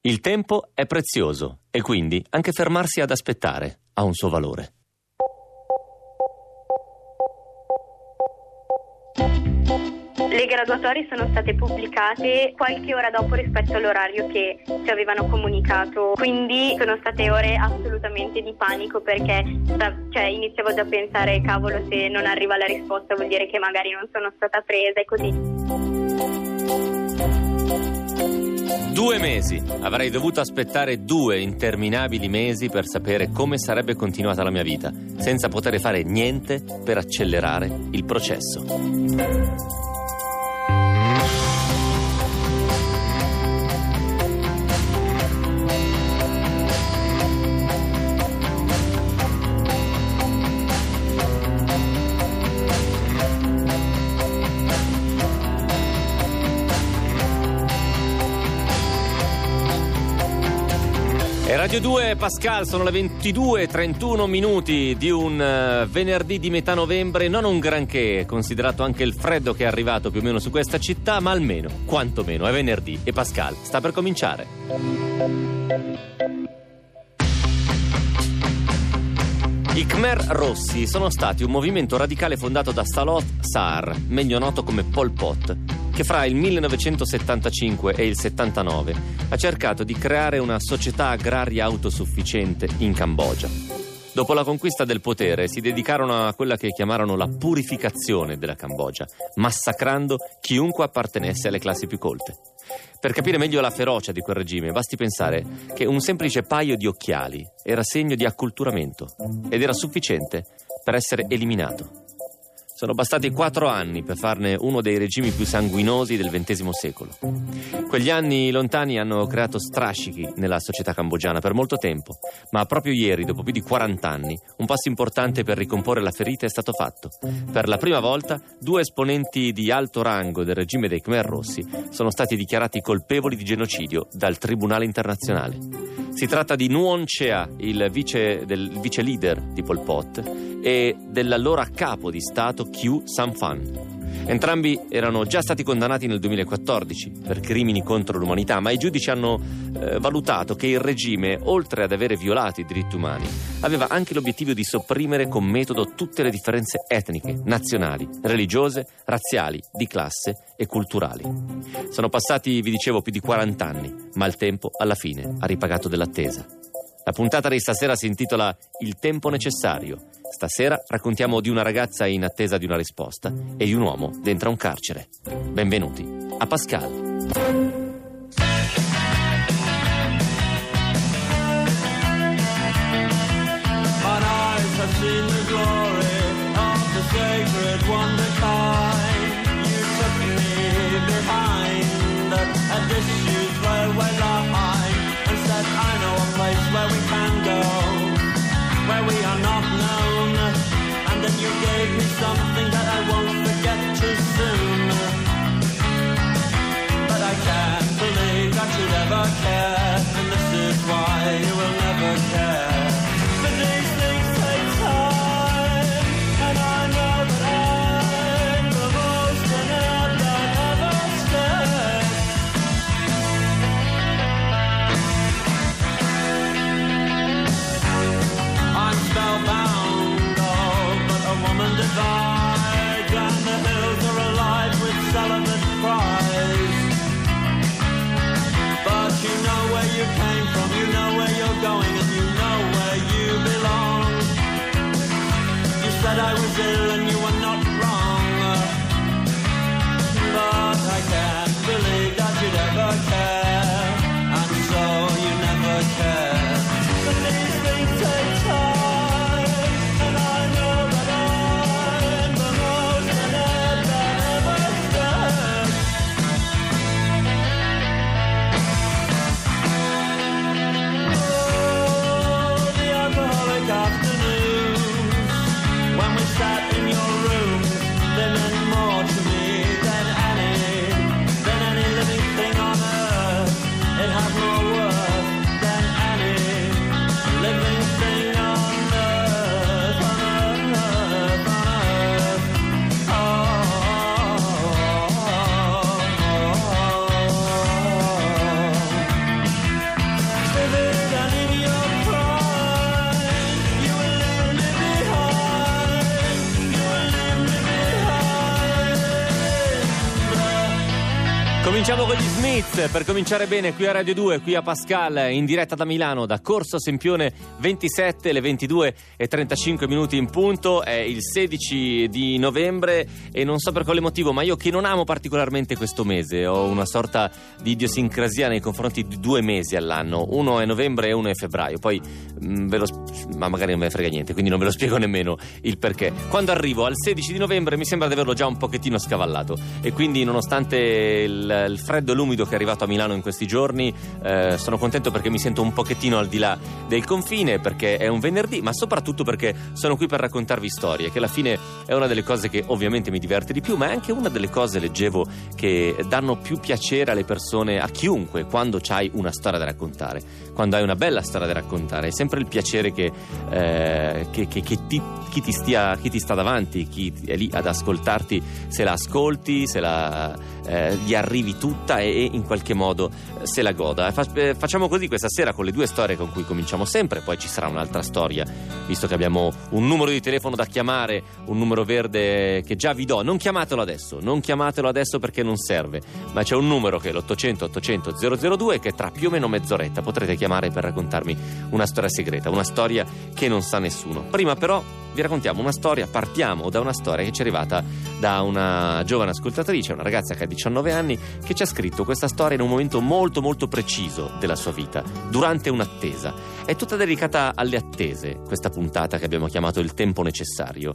Il tempo è prezioso e quindi anche fermarsi ad aspettare ha un suo valore. Le graduatorie sono state pubblicate qualche ora dopo rispetto all'orario che ci avevano comunicato, quindi sono state ore assolutamente di panico, perché iniziavo già a pensare, cavolo, se non arriva la risposta vuol dire che magari non sono stata presa e così. 2 mesi. Avrei dovuto aspettare 2 interminabili mesi per sapere come sarebbe continuata la mia vita, senza poter fare niente per accelerare il processo. Radio 2 Pascal, sono le 22:31 minuti di un venerdì di metà novembre, non un granché, considerato anche il freddo che è arrivato più o meno su questa città, ma almeno, quantomeno, è venerdì e Pascal sta per cominciare. I Khmer Rossi sono stati un movimento radicale fondato da Saloth Sar, meglio noto come Pol Pot, che fra il 1975 e il 79 ha cercato di creare una società agraria autosufficiente in Cambogia. Dopo la conquista del potere si dedicarono a quella che chiamarono la purificazione della Cambogia, massacrando chiunque appartenesse alle classi più colte. Per capire meglio la ferocia di quel regime, basti pensare che un semplice paio di occhiali era segno di acculturamento ed era sufficiente per essere eliminato. Sono bastati 4 anni per farne uno dei regimi più sanguinosi del XX secolo. Quegli anni lontani hanno creato strascichi nella società cambogiana per molto tempo, ma proprio ieri, dopo più di 40 anni, un passo importante per ricomporre la ferita è stato fatto. Per la prima volta, 2 esponenti di alto rango del regime dei Khmer Rossi sono stati dichiarati colpevoli di genocidio dal Tribunale internazionale. Si tratta di Nuon Chea, il vice leader di Pol Pot, e dell'allora capo di Stato Khieu Samphan. Entrambi erano già stati condannati nel 2014 per crimini contro l'umanità, ma i giudici hanno valutato che il regime, oltre ad avere violato i diritti umani, aveva anche l'obiettivo di sopprimere con metodo tutte le differenze etniche, nazionali, religiose, razziali, di classe e culturali. Sono passati, vi dicevo, più di 40 anni, ma il tempo alla fine ha ripagato dell'attesa. La puntata di stasera si intitola Il tempo necessario. Stasera raccontiamo di una ragazza in attesa di una risposta e di un uomo dentro un carcere. Benvenuti a Pascal. Where we can go, where we are not known, and then you gave me something that I won't forget too soon. But I can't believe that you'd ever care, and this is why you will never care. But these things take time, and I know that I'm the most inept I've ever stared. Spellbound, oh, but a woman divides, and the hills are alive with celibate cries. But you know where you came from, you know where you're going, and you know where you belong. You said I was ill and you were not wrong, but I can't believe that you'd ever care, and so you never care. But these things take time. Afternoons when we sat in your Cominciamo con gli Smiths per cominciare bene qui a Radio 2, qui a Pascal, in diretta da Milano, da Corso Sempione 27, le 22:35 in punto. È il 16 di novembre e non so per quale motivo, ma io che non amo particolarmente questo mese, ho una sorta di idiosincrasia nei confronti di 2 mesi all'anno. Uno è novembre e uno è febbraio, poi ma magari non me ne frega niente, quindi non ve lo spiego nemmeno il perché. Quando arrivo al 16 di novembre mi sembra di averlo già un pochettino scavallato e quindi, nonostante il freddo e l'umido che è arrivato a Milano in questi giorni, sono contento perché mi sento un pochettino al di là del confine, perché è un venerdì, ma soprattutto perché sono qui per raccontarvi storie, che alla fine è una delle cose che ovviamente mi diverte di più, ma è anche una delle cose, leggevo, che danno più piacere alle persone, a chiunque, quando c'hai una storia da raccontare, quando hai una bella storia da raccontare. È sempre il piacere che chi ti sta davanti, chi è lì ad ascoltarti, se la ascolti, se gli arrivi tutta e in qualche modo se la goda. Facciamo così questa sera con le 2 storie con cui cominciamo sempre, poi ci sarà un'altra storia, visto che abbiamo un numero di telefono da chiamare, un numero verde che già vi do. Non chiamatelo adesso perché non serve, ma c'è un numero che è l'800 800 002 che tra più o meno mezz'oretta potrete chiamare per raccontarmi una storia segreta, una storia che non sa nessuno. Prima però vi raccontiamo una storia, partiamo da una storia che ci è arrivata da una giovane ascoltatrice, una ragazza che ha 19 anni, che ci ha scritto questa storia in un momento molto molto preciso della sua vita, durante un'attesa. È tutta dedicata alle attese, questa puntata che abbiamo chiamato il tempo necessario.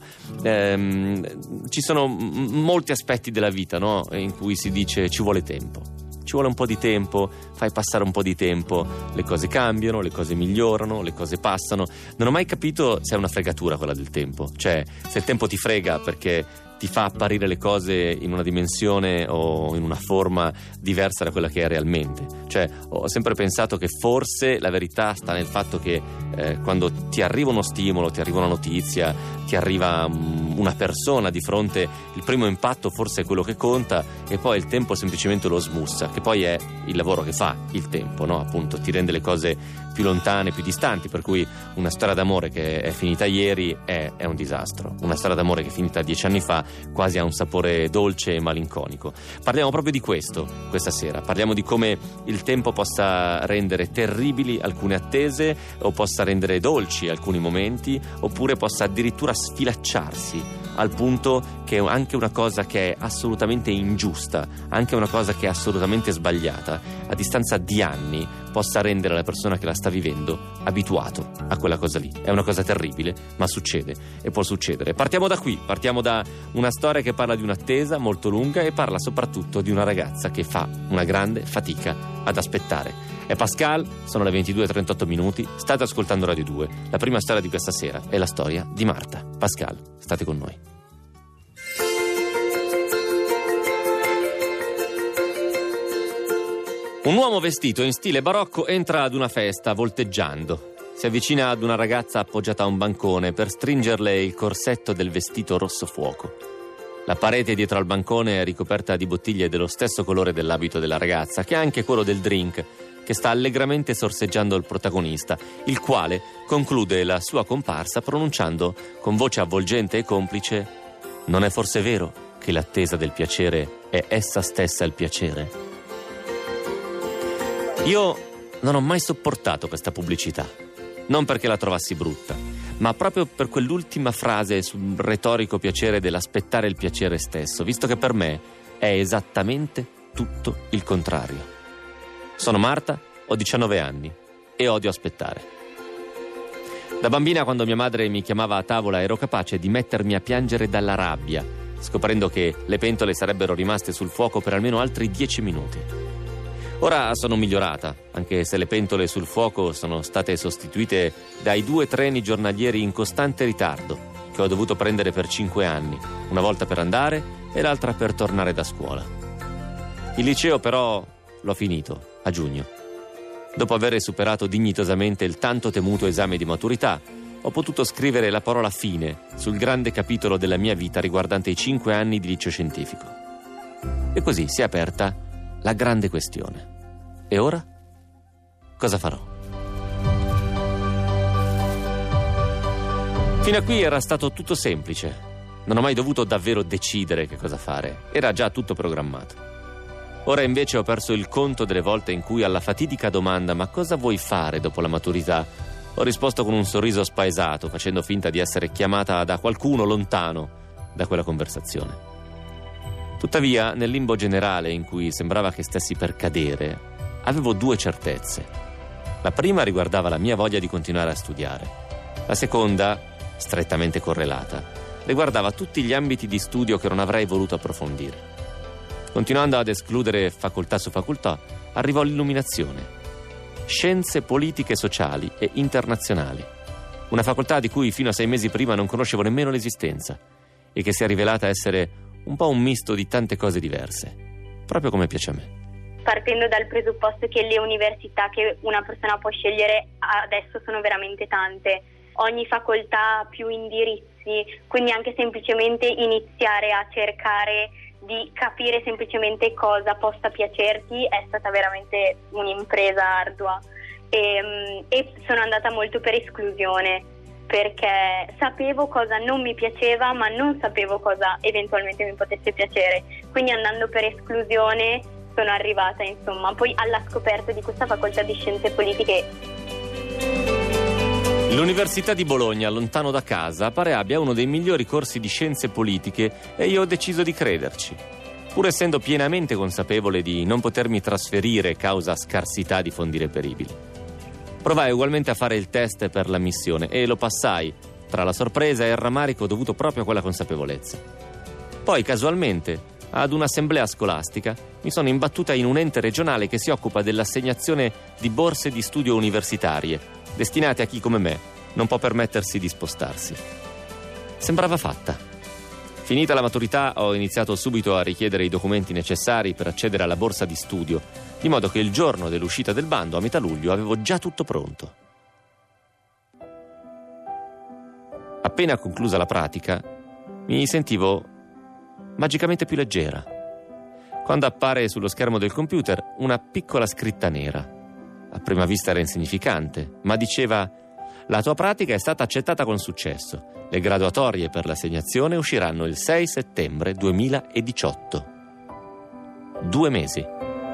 Ci sono molti aspetti della vita, no? In cui si dice ci vuole tempo. Ci vuole un po' di tempo, fai passare un po' di tempo, le cose cambiano, le cose migliorano, le cose passano. Non ho mai capito se è una fregatura quella del tempo, cioè se il tempo ti frega perché ti fa apparire le cose in una dimensione o in una forma diversa da quella che è realmente. Cioè, ho sempre pensato che forse la verità sta nel fatto che quando ti arriva uno stimolo, ti arriva una notizia, ti arriva una persona di fronte, il primo impatto forse è quello che conta e poi il tempo semplicemente lo smussa, che poi è il lavoro che fa il tempo, no? Appunto, ti rende le cose più lontane, più distanti, per cui una storia d'amore che è finita ieri è un disastro. Una storia d'amore che è finita 10 anni fa quasi ha un sapore dolce e malinconico. Parliamo proprio di questo questa sera, parliamo di come il tempo possa rendere terribili alcune attese o possa rendere dolci alcuni momenti, oppure possa addirittura sfilacciarsi al punto che anche una cosa che è assolutamente ingiusta, anche una cosa che è assolutamente sbagliata, a distanza di anni possa rendere la persona che la sta vivendo abituato a quella cosa lì. È una cosa terribile, ma succede e può succedere. Partiamo da qui, partiamo da una storia che parla di un'attesa molto lunga e parla soprattutto di una ragazza che fa una grande fatica ad aspettare. È Pascal, sono le 22:38, state ascoltando Radio 2. La prima storia di questa sera è la storia di Marta. Pascal, state con noi. Un uomo vestito in stile barocco entra ad una festa volteggiando. Si avvicina ad una ragazza appoggiata a un bancone per stringerle il corsetto del vestito rosso fuoco. La parete dietro al bancone è ricoperta di bottiglie dello stesso colore dell'abito della ragazza, che è anche quello del drink, che sta allegramente sorseggiando il protagonista, il quale conclude la sua comparsa pronunciando con voce avvolgente e complice: «Non è forse vero che l'attesa del piacere è essa stessa il piacere?» Io non ho mai sopportato questa pubblicità, non perché la trovassi brutta, ma proprio per quell'ultima frase sul retorico piacere dell'aspettare il piacere stesso, visto che per me è esattamente tutto il contrario. Sono Marta, ho 19 anni e odio aspettare. Da bambina, quando mia madre mi chiamava a tavola, ero capace di mettermi a piangere dalla rabbia, scoprendo che le pentole sarebbero rimaste sul fuoco per almeno altri 10 minuti. Ora sono migliorata, anche se le pentole sul fuoco sono state sostituite dai 2 treni giornalieri in costante ritardo che ho dovuto prendere per 5 anni, una volta per andare e l'altra per tornare da scuola. Il liceo però l'ho finito a giugno. Dopo aver superato dignitosamente il tanto temuto esame di maturità, ho potuto scrivere la parola fine sul grande capitolo della mia vita riguardante i 5 anni di liceo scientifico. E così si è aperta la grande questione. E ora? Cosa farò? Fino a qui era stato tutto semplice. Non ho mai dovuto davvero decidere che cosa fare. Era già tutto programmato. Ora invece ho perso il conto delle volte in cui alla fatidica domanda «ma cosa vuoi fare dopo la maturità?» ho risposto con un sorriso spaesato, facendo finta di essere chiamata da qualcuno lontano da quella conversazione. Tuttavia, nel limbo generale in cui sembrava che stessi per cadere, avevo 2 certezze. La prima riguardava la mia voglia di continuare a studiare. La seconda, strettamente correlata, riguardava tutti gli ambiti di studio che non avrei voluto approfondire. Continuando ad escludere facoltà su facoltà, arrivò l'illuminazione. Scienze politiche sociali e internazionali. Una facoltà di cui fino a 6 mesi prima non conoscevo nemmeno l'esistenza e che si è rivelata essere un po' un misto di tante cose diverse, proprio come piace a me. Partendo dal presupposto che le università che una persona può scegliere adesso sono veramente tante. Ogni facoltà ha più indirizzi, quindi anche semplicemente iniziare a cercare di capire semplicemente cosa possa piacerti è stata veramente un'impresa ardua e sono andata molto per esclusione, perché sapevo cosa non mi piaceva ma non sapevo cosa eventualmente mi potesse piacere, quindi andando per esclusione sono arrivata insomma poi alla scoperta di questa facoltà di scienze politiche. L'Università di Bologna, lontano da casa, pare abbia uno dei migliori corsi di scienze politiche e io ho deciso di crederci, pur essendo pienamente consapevole di non potermi trasferire causa scarsità di fondi reperibili. Provai ugualmente a fare il test per l'ammissione e lo passai, tra la sorpresa e il rammarico dovuto proprio a quella consapevolezza. Poi, casualmente, ad un'assemblea scolastica, mi sono imbattuta in un ente regionale che si occupa dell'assegnazione di borse di studio universitarie, destinate a chi come me non può permettersi di spostarsi. Sembrava fatta. Finita la maturità ho iniziato subito a richiedere i documenti necessari per accedere alla borsa di studio, di modo che il giorno dell'uscita del bando, a metà luglio, avevo già tutto pronto. Appena conclusa la pratica, mi sentivo magicamente più leggera, quando appare sullo schermo del computer una piccola scritta nera. A prima vista era insignificante, ma diceva: «La tua pratica è stata accettata con successo. Le graduatorie per l'assegnazione usciranno il 6 settembre 2018. 2 mesi.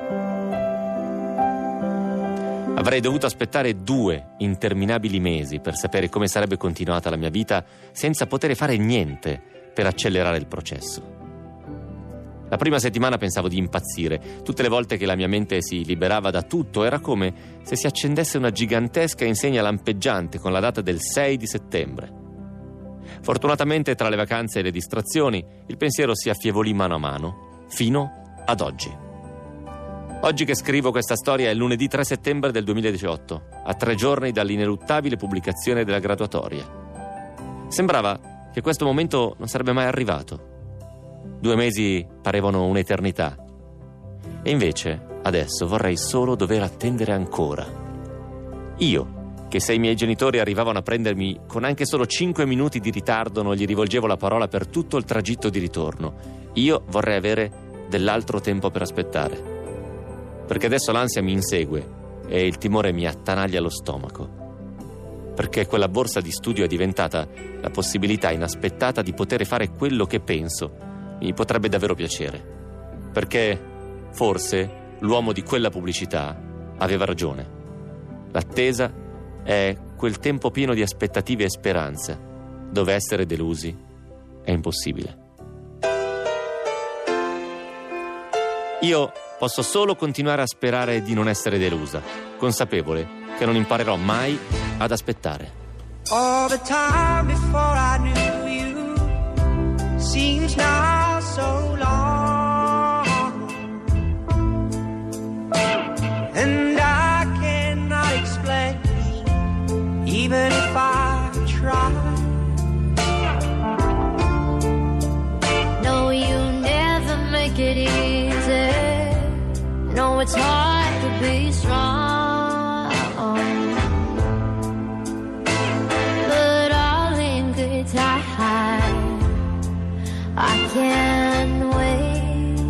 Avrei dovuto aspettare 2 interminabili mesi per sapere come sarebbe continuata la mia vita senza poter fare niente per accelerare il processo. La prima settimana pensavo di impazzire. Tutte le volte che la mia mente si liberava da tutto era come se si accendesse una gigantesca insegna lampeggiante con la data del 6 di settembre. Fortunatamente, tra le vacanze e le distrazioni, il pensiero si affievolì mano a mano, fino ad oggi. Oggi che scrivo questa storia è lunedì 3 settembre del 2018, a 3 giorni dall'ineluttabile pubblicazione della graduatoria. Sembrava che questo momento non sarebbe mai arrivato. 2 mesi parevano un'eternità. E invece, adesso vorrei solo dover attendere ancora. Io, che se i miei genitori arrivavano a prendermi con anche solo 5 minuti di ritardo non gli rivolgevo la parola per tutto il tragitto di ritorno, io vorrei avere dell'altro tempo per aspettare. Perché adesso l'ansia mi insegue e il timore mi attanaglia lo stomaco. Perché quella borsa di studio è diventata la possibilità inaspettata di poter fare quello che penso mi potrebbe davvero piacere. Perché forse l'uomo di quella pubblicità aveva ragione. L'attesa è quel tempo pieno di aspettative e speranze, dove essere delusi è impossibile. Io posso solo continuare a sperare di non essere delusa, consapevole che non imparerò mai ad aspettare. All the time before I knew you seems now so long, and I cannot explain even if I try. No, you never make it easy. No, it's hard to be strong, but all in good time. I can't wait.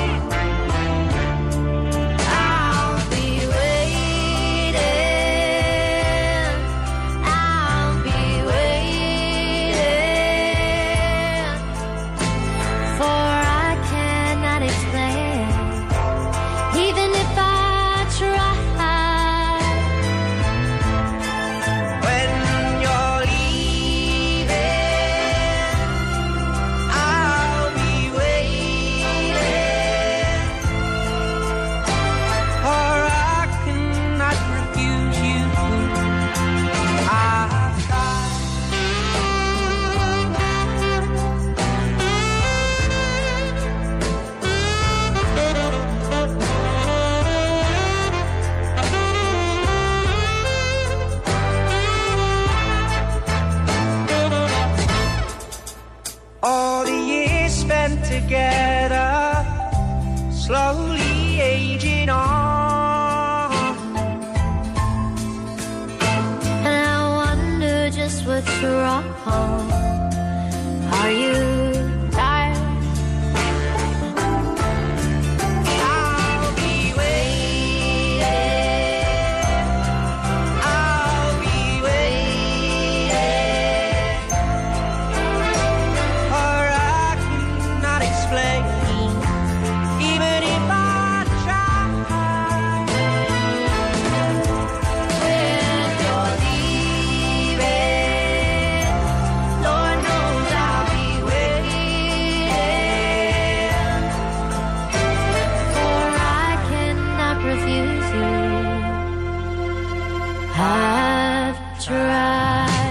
I'll be waiting. I'll be waiting. For I cannot explain what's wrong? Are you tired? I'll be waiting. I'll be waiting. For I cannot explain, even if I try. When you're leaving, Lord knows I'll be waiting. For I cannot refuse you. I've tried.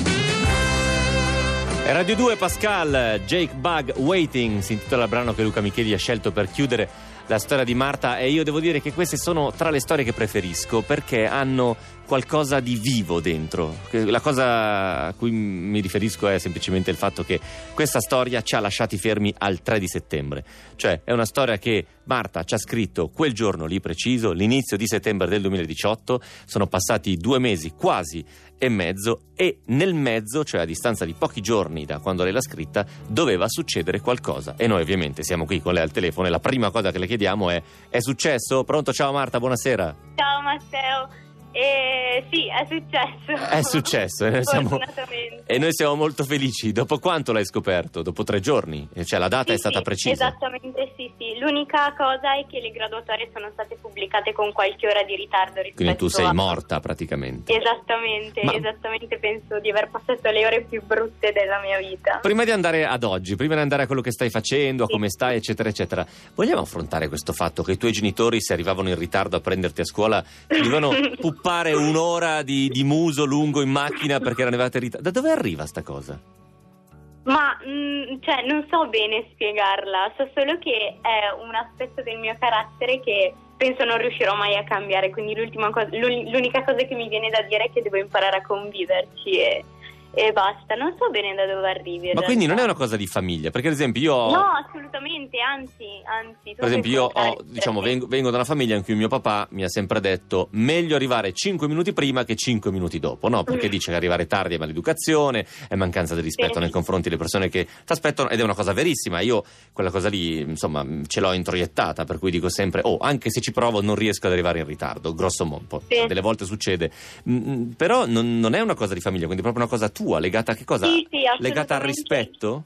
E Radio 2 Pascal, Jake Bug, Waiting, si intitola il brano che Luca Micheli ha scelto per chiudere la storia di Marta, e io devo dire che queste sono tra le storie che preferisco perché hanno qualcosa di vivo dentro. La cosa a cui mi riferisco è semplicemente il fatto che questa storia ci ha lasciati fermi al 3 di settembre, cioè è una storia che Marta ci ha scritto quel giorno lì preciso, l'inizio di settembre del 2018, sono passati 2 mesi quasi e mezzo, e nel mezzo, cioè a distanza di pochi giorni da quando lei l'ha scritta, doveva succedere qualcosa, e noi ovviamente siamo qui con lei al telefono e la prima cosa che le chiediamo è successo? Pronto? Ciao Marta, buonasera. Ciao Matteo. Sì, è successo. È successo Fortunatamente. e noi siamo molto felici. Dopo quanto l'hai scoperto? Dopo 3 giorni? Cioè la data Sì, è stata sì, precisa? Esattamente, sì. L'unica cosa è che le graduatorie sono state pubblicate con qualche ora di ritardo rispetto Quindi tu sei a... morta praticamente. Esattamente, esattamente, penso di aver passato le ore più brutte della mia vita. Prima di andare ad oggi, prima di andare a quello che stai facendo, a come stai, eccetera, eccetera, vogliamo affrontare questo fatto che i tuoi genitori, se arrivavano in ritardo a prenderti a scuola, ti dovevano puppare un'ora di muso lungo in macchina perché erano arrivate in ritardo? Da dove arriva sta cosa? Ma cioè, non so bene spiegarla, so solo che è un aspetto del mio carattere che penso non riuscirò mai a cambiare, quindi l'unica cosa che mi viene da dire è che devo imparare a conviverci e basta. Non so bene da dove arrivi. Ma quindi non è una cosa di famiglia? Perché ad esempio io ho... No, assolutamente, anzi. Per esempio io vengo da una famiglia in cui mio papà mi ha sempre detto meglio arrivare 5 minuti prima che 5 minuti dopo, no? Perché dice che arrivare tardi è maleducazione, è mancanza di rispetto nei confronti delle persone che ti aspettano, ed è una cosa verissima. Io quella cosa lì, insomma, ce l'ho introiettata, per cui dico sempre anche se ci provo non riesco ad arrivare in ritardo, grosso modo. Delle volte succede, però non è una cosa di famiglia, quindi è proprio una cosa tua, legata a che cosa? Sì, legata al rispetto?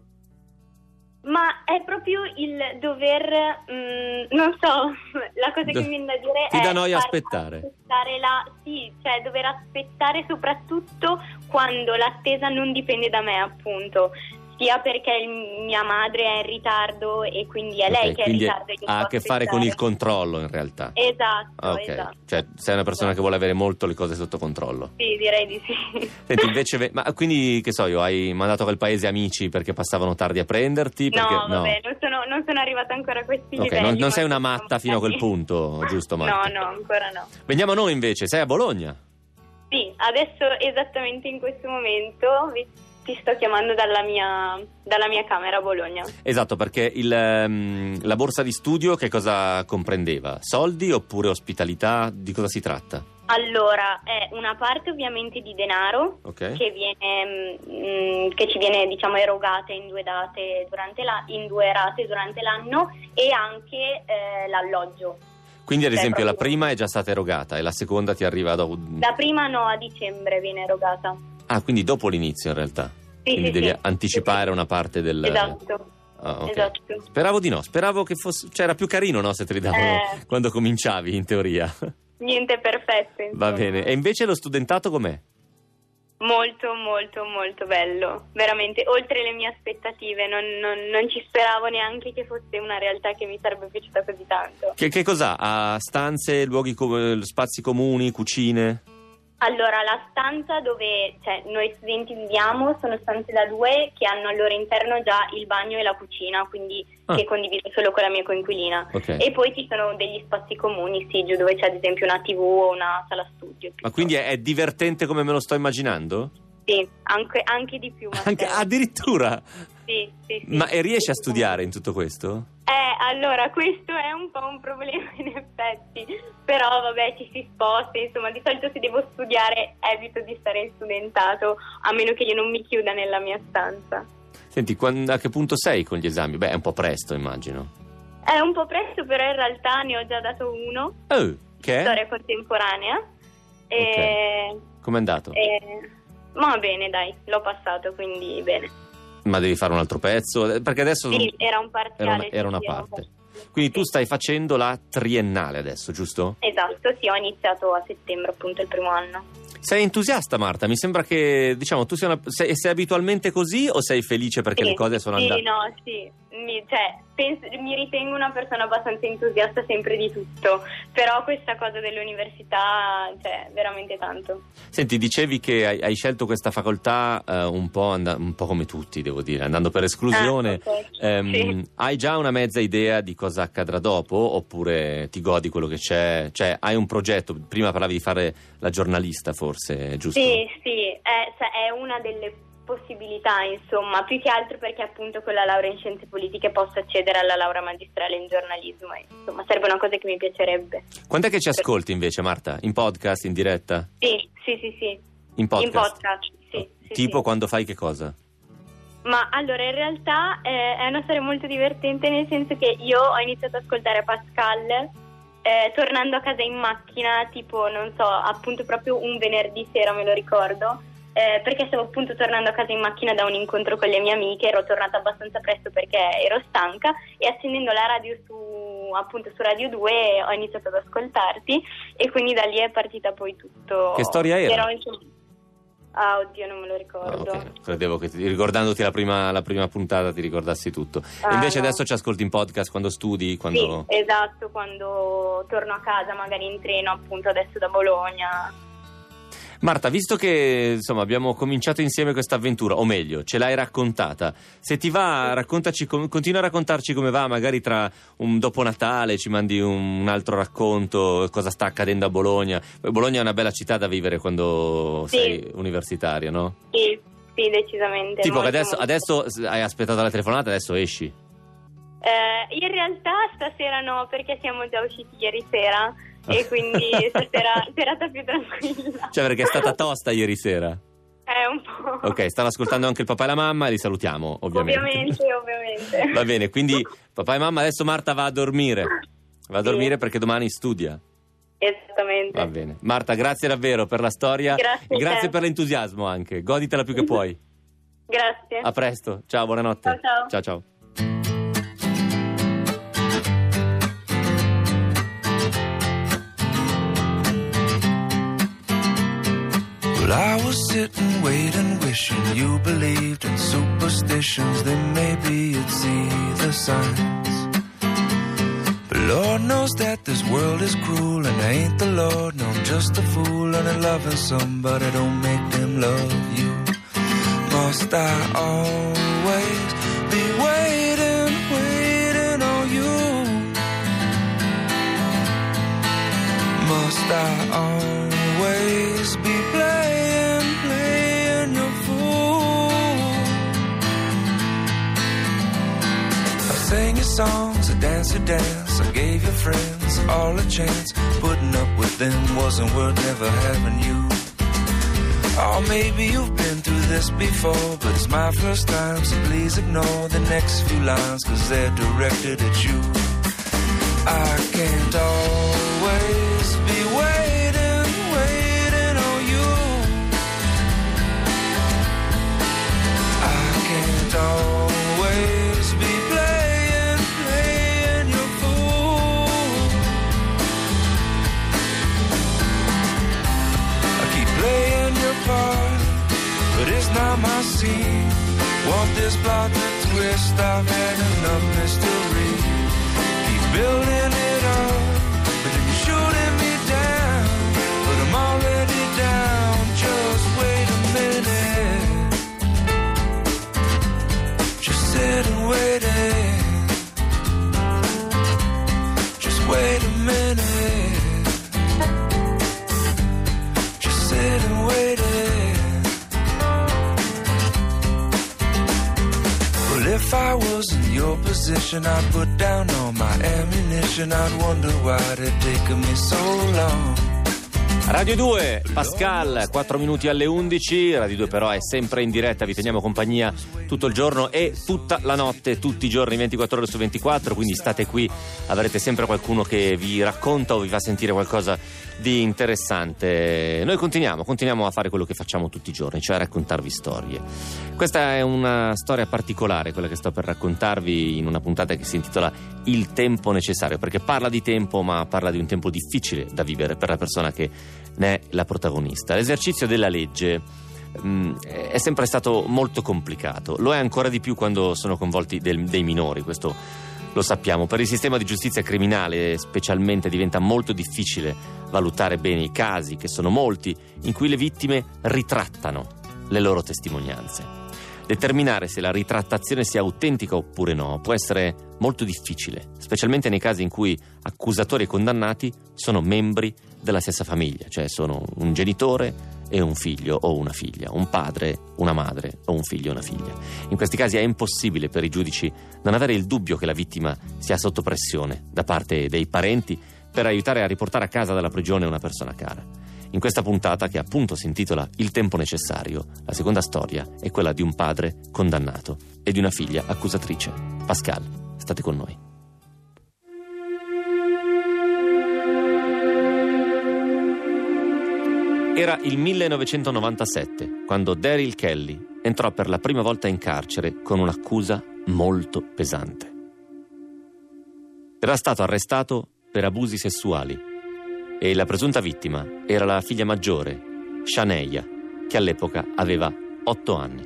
Ma è proprio il dover, non so, la cosa che mi viene da dire ti è... Ti dà noia aspettare? Sì, cioè dover aspettare soprattutto quando l'attesa non dipende da me, appunto. Sia perché mia madre è in ritardo e quindi è lei che è in ritardo. E ha a che fare con il controllo, in realtà. Esatto, esatto. Cioè sei una persona che vuole avere molto le cose sotto controllo. Sì, direi di sì. Senti, invece, ma quindi, che so io, hai mandato a quel paese amici perché passavano tardi a prenderti? Perché, vabbè, non sono arrivata ancora a questi livelli. Non sei una matta fino a quel punto, giusto Marta? No, ancora no. Veniamo a noi invece, sei a Bologna? Sì, adesso esattamente in questo momento ti sto chiamando dalla mia camera a Bologna. Esatto, perché la borsa di studio che cosa comprendeva? Soldi oppure ospitalità? Di cosa si tratta? Allora, è una parte ovviamente di denaro che ci viene, diciamo, erogata in 2 rate durante l'anno, e anche l'alloggio. Quindi ad esempio la prima è già stata erogata e la seconda ti arriva dopo? La prima no, a dicembre viene erogata. Ah, quindi dopo l'inizio in realtà? Sì, quindi devi anticipare una parte del... Esatto. Okay. Esatto. Speravo di no, speravo che fosse... Cioè era più carino, no, se te li davano quando cominciavi, in teoria. Niente perfetto, insomma. Va bene. E invece lo studentato com'è? Molto, molto, molto bello. Veramente, oltre le mie aspettative. Non ci speravo neanche che fosse una realtà che mi sarebbe piaciuta così tanto. Che cos'ha? Ha stanze, spazi comuni, cucine? Allora, la stanza dove noi studenti viviamo sono stanze da 2 che hanno al loro interno già il bagno e la cucina, quindi che condivido solo con la mia coinquilina. Okay. E poi ci sono degli spazi comuni, sì, dove c'è ad esempio una TV o una sala studio. Ma quindi è divertente come me lo sto immaginando? Sì, anche di più. Anche, addirittura? Sì. Ma e riesci a studiare in tutto questo? Allora, questo è un po' un problema in effetti, però vabbè, ci si sposta, insomma, di solito se devo studiare evito di stare in studentato, a meno che io non mi chiuda nella mia stanza. Senti, a che punto sei con gli esami? Beh, è un po' presto, immagino. È un po' presto, però in realtà ne ho già dato uno, Che è? storia contemporanea. Com'è andato? Ma bene, dai, l'ho passato, quindi bene. Ma devi fare un altro pezzo? Perché adesso Sì, era un parziale. era una sì, parte. Quindi tu stai facendo la triennale adesso, giusto? Esatto, sì, ho iniziato a settembre, appunto, il primo anno. Sei entusiasta, Marta? Mi sembra che, diciamo, tu sei abitualmente così o sei felice perché le cose sono andate? Mi ritengo una persona abbastanza entusiasta sempre di tutto, però questa cosa dell'università, veramente tanto. Senti, dicevi che hai scelto questa facoltà un po' come tutti, devo dire, andando per esclusione. Okay. Sì. Hai già una mezza idea di cosa accadrà dopo oppure ti godi quello che c'è? Cioè, hai un progetto? Prima parlavi di fare la giornalista, forse, giusto? Sì, è una delle possibilità, insomma, più che altro perché appunto con la laurea in scienze politiche posso accedere alla laurea magistrale in giornalismo e insomma sarebbe una cosa che mi piacerebbe. Quando è che ci ascolti invece, Marta? In podcast, in diretta? Sì. In podcast? In podcast, sì. Tipo sì. quando fai che cosa? Ma allora in realtà è una storia molto divertente, nel senso che io ho iniziato ad ascoltare Pascal tornando a casa in macchina, tipo non so, appunto proprio un venerdì sera, me lo ricordo. Perché stavo appunto tornando a casa in macchina da un incontro con le mie amiche, ero tornata abbastanza presto perché ero stanca e accendendo la radio su Radio 2 ho iniziato ad ascoltarti e quindi da lì è partita poi tutto. Che storia era? Oddio, non me lo ricordo. Okay. Credevo che ricordandoti la prima puntata ti ricordassi tutto. E invece no. Adesso ci ascolti in podcast quando studi? Quando... Sì, esatto, quando torno a casa magari in treno, appunto adesso da Bologna. Marta, visto che insomma abbiamo cominciato insieme questa avventura, o meglio, ce l'hai raccontata, se ti va continua a raccontarci come va, magari tra un dopo Natale ci mandi un altro racconto, cosa sta accadendo a Bologna. Bologna è una bella città da vivere quando sei universitaria, no? Sì, decisamente. Tipo molto, che adesso hai aspettato la telefonata, adesso esci? In realtà stasera no, perché siamo già usciti ieri sera. E quindi stasera serata più tranquilla. Cioè perché è stata tosta ieri sera? Un po'. Ok, stanno ascoltando anche il papà e la mamma e li salutiamo, ovviamente. Ovviamente. Va bene, quindi papà e mamma, adesso Marta va a dormire. Va a dormire perché domani studia. Esattamente. Va bene. Marta, grazie davvero per la storia. Grazie per l'entusiasmo anche. Goditela più che puoi. Grazie. A presto. Ciao, buonanotte. Ciao. Well, I was sitting, waiting, wishing you believed in superstitions. Then maybe you'd see the signs. But Lord knows that this world is cruel, and I ain't the Lord, no, I'm just a fool. And loving somebody don't make them love you. Must I always be waiting on you? Must I always be playing your fool? I sang your songs, I danced your dance, I gave your friends all a chance. Putting up with them wasn't worth never having you. Oh, maybe you've been through this before, but it's my first time, so please ignore the next few lines, 'cause they're directed at you. I can't always be waiting on you. I can't always be playing your fool. I keep playing your part, but it's not my scene. Want this plot to twist, I've had enough mystery. Keep building it up, but then you're shooting me down. But I'm already down, just wait a minute. Just sit and wait it. Just wait a minute. Just sit and wait it. If I was in your position, I'd put down all my ammunition. I'd wonder why it taken me so long. Radio 2, Pascal, 4 minuti alle 11. Radio 2 però è sempre in diretta, vi teniamo compagnia tutto il giorno e tutta la notte, tutti i giorni, 24 ore su 24, quindi state qui, avrete sempre qualcuno che vi racconta o vi fa sentire qualcosa di interessante. Noi continuiamo a fare quello che facciamo tutti i giorni, cioè a raccontarvi storie. Questa è una storia particolare, quella che sto per raccontarvi in una puntata che si intitola Il tempo necessario, perché parla di tempo, ma parla di un tempo difficile da vivere per la persona che ne è la protagonista. L'esercizio della legge è sempre stato molto complicato, lo è ancora di più quando sono coinvolti dei minori, questo lo sappiamo. Per il sistema di giustizia criminale specialmente diventa molto difficile valutare bene i casi, che sono molti, in cui le vittime ritrattano le loro testimonianze. Determinare se la ritrattazione sia autentica oppure no può essere molto difficile, specialmente nei casi in cui accusatori e condannati sono membri della stessa famiglia, cioè sono un genitore e un figlio o una figlia, un padre, una madre o un figlio e una figlia. In questi casi è impossibile per i giudici non avere il dubbio che la vittima sia sotto pressione da parte dei parenti per aiutare a riportare a casa dalla prigione una persona cara. In questa puntata, che appunto si intitola Il tempo necessario, la seconda storia è quella di un padre condannato e di una figlia accusatrice. Pascal, state con noi. Era il 1997, quando Daryl Kelly entrò per la prima volta in carcere con un'accusa molto pesante. Era stato arrestato per abusi sessuali e la presunta vittima era la figlia maggiore, Shania, che all'epoca aveva 8 anni.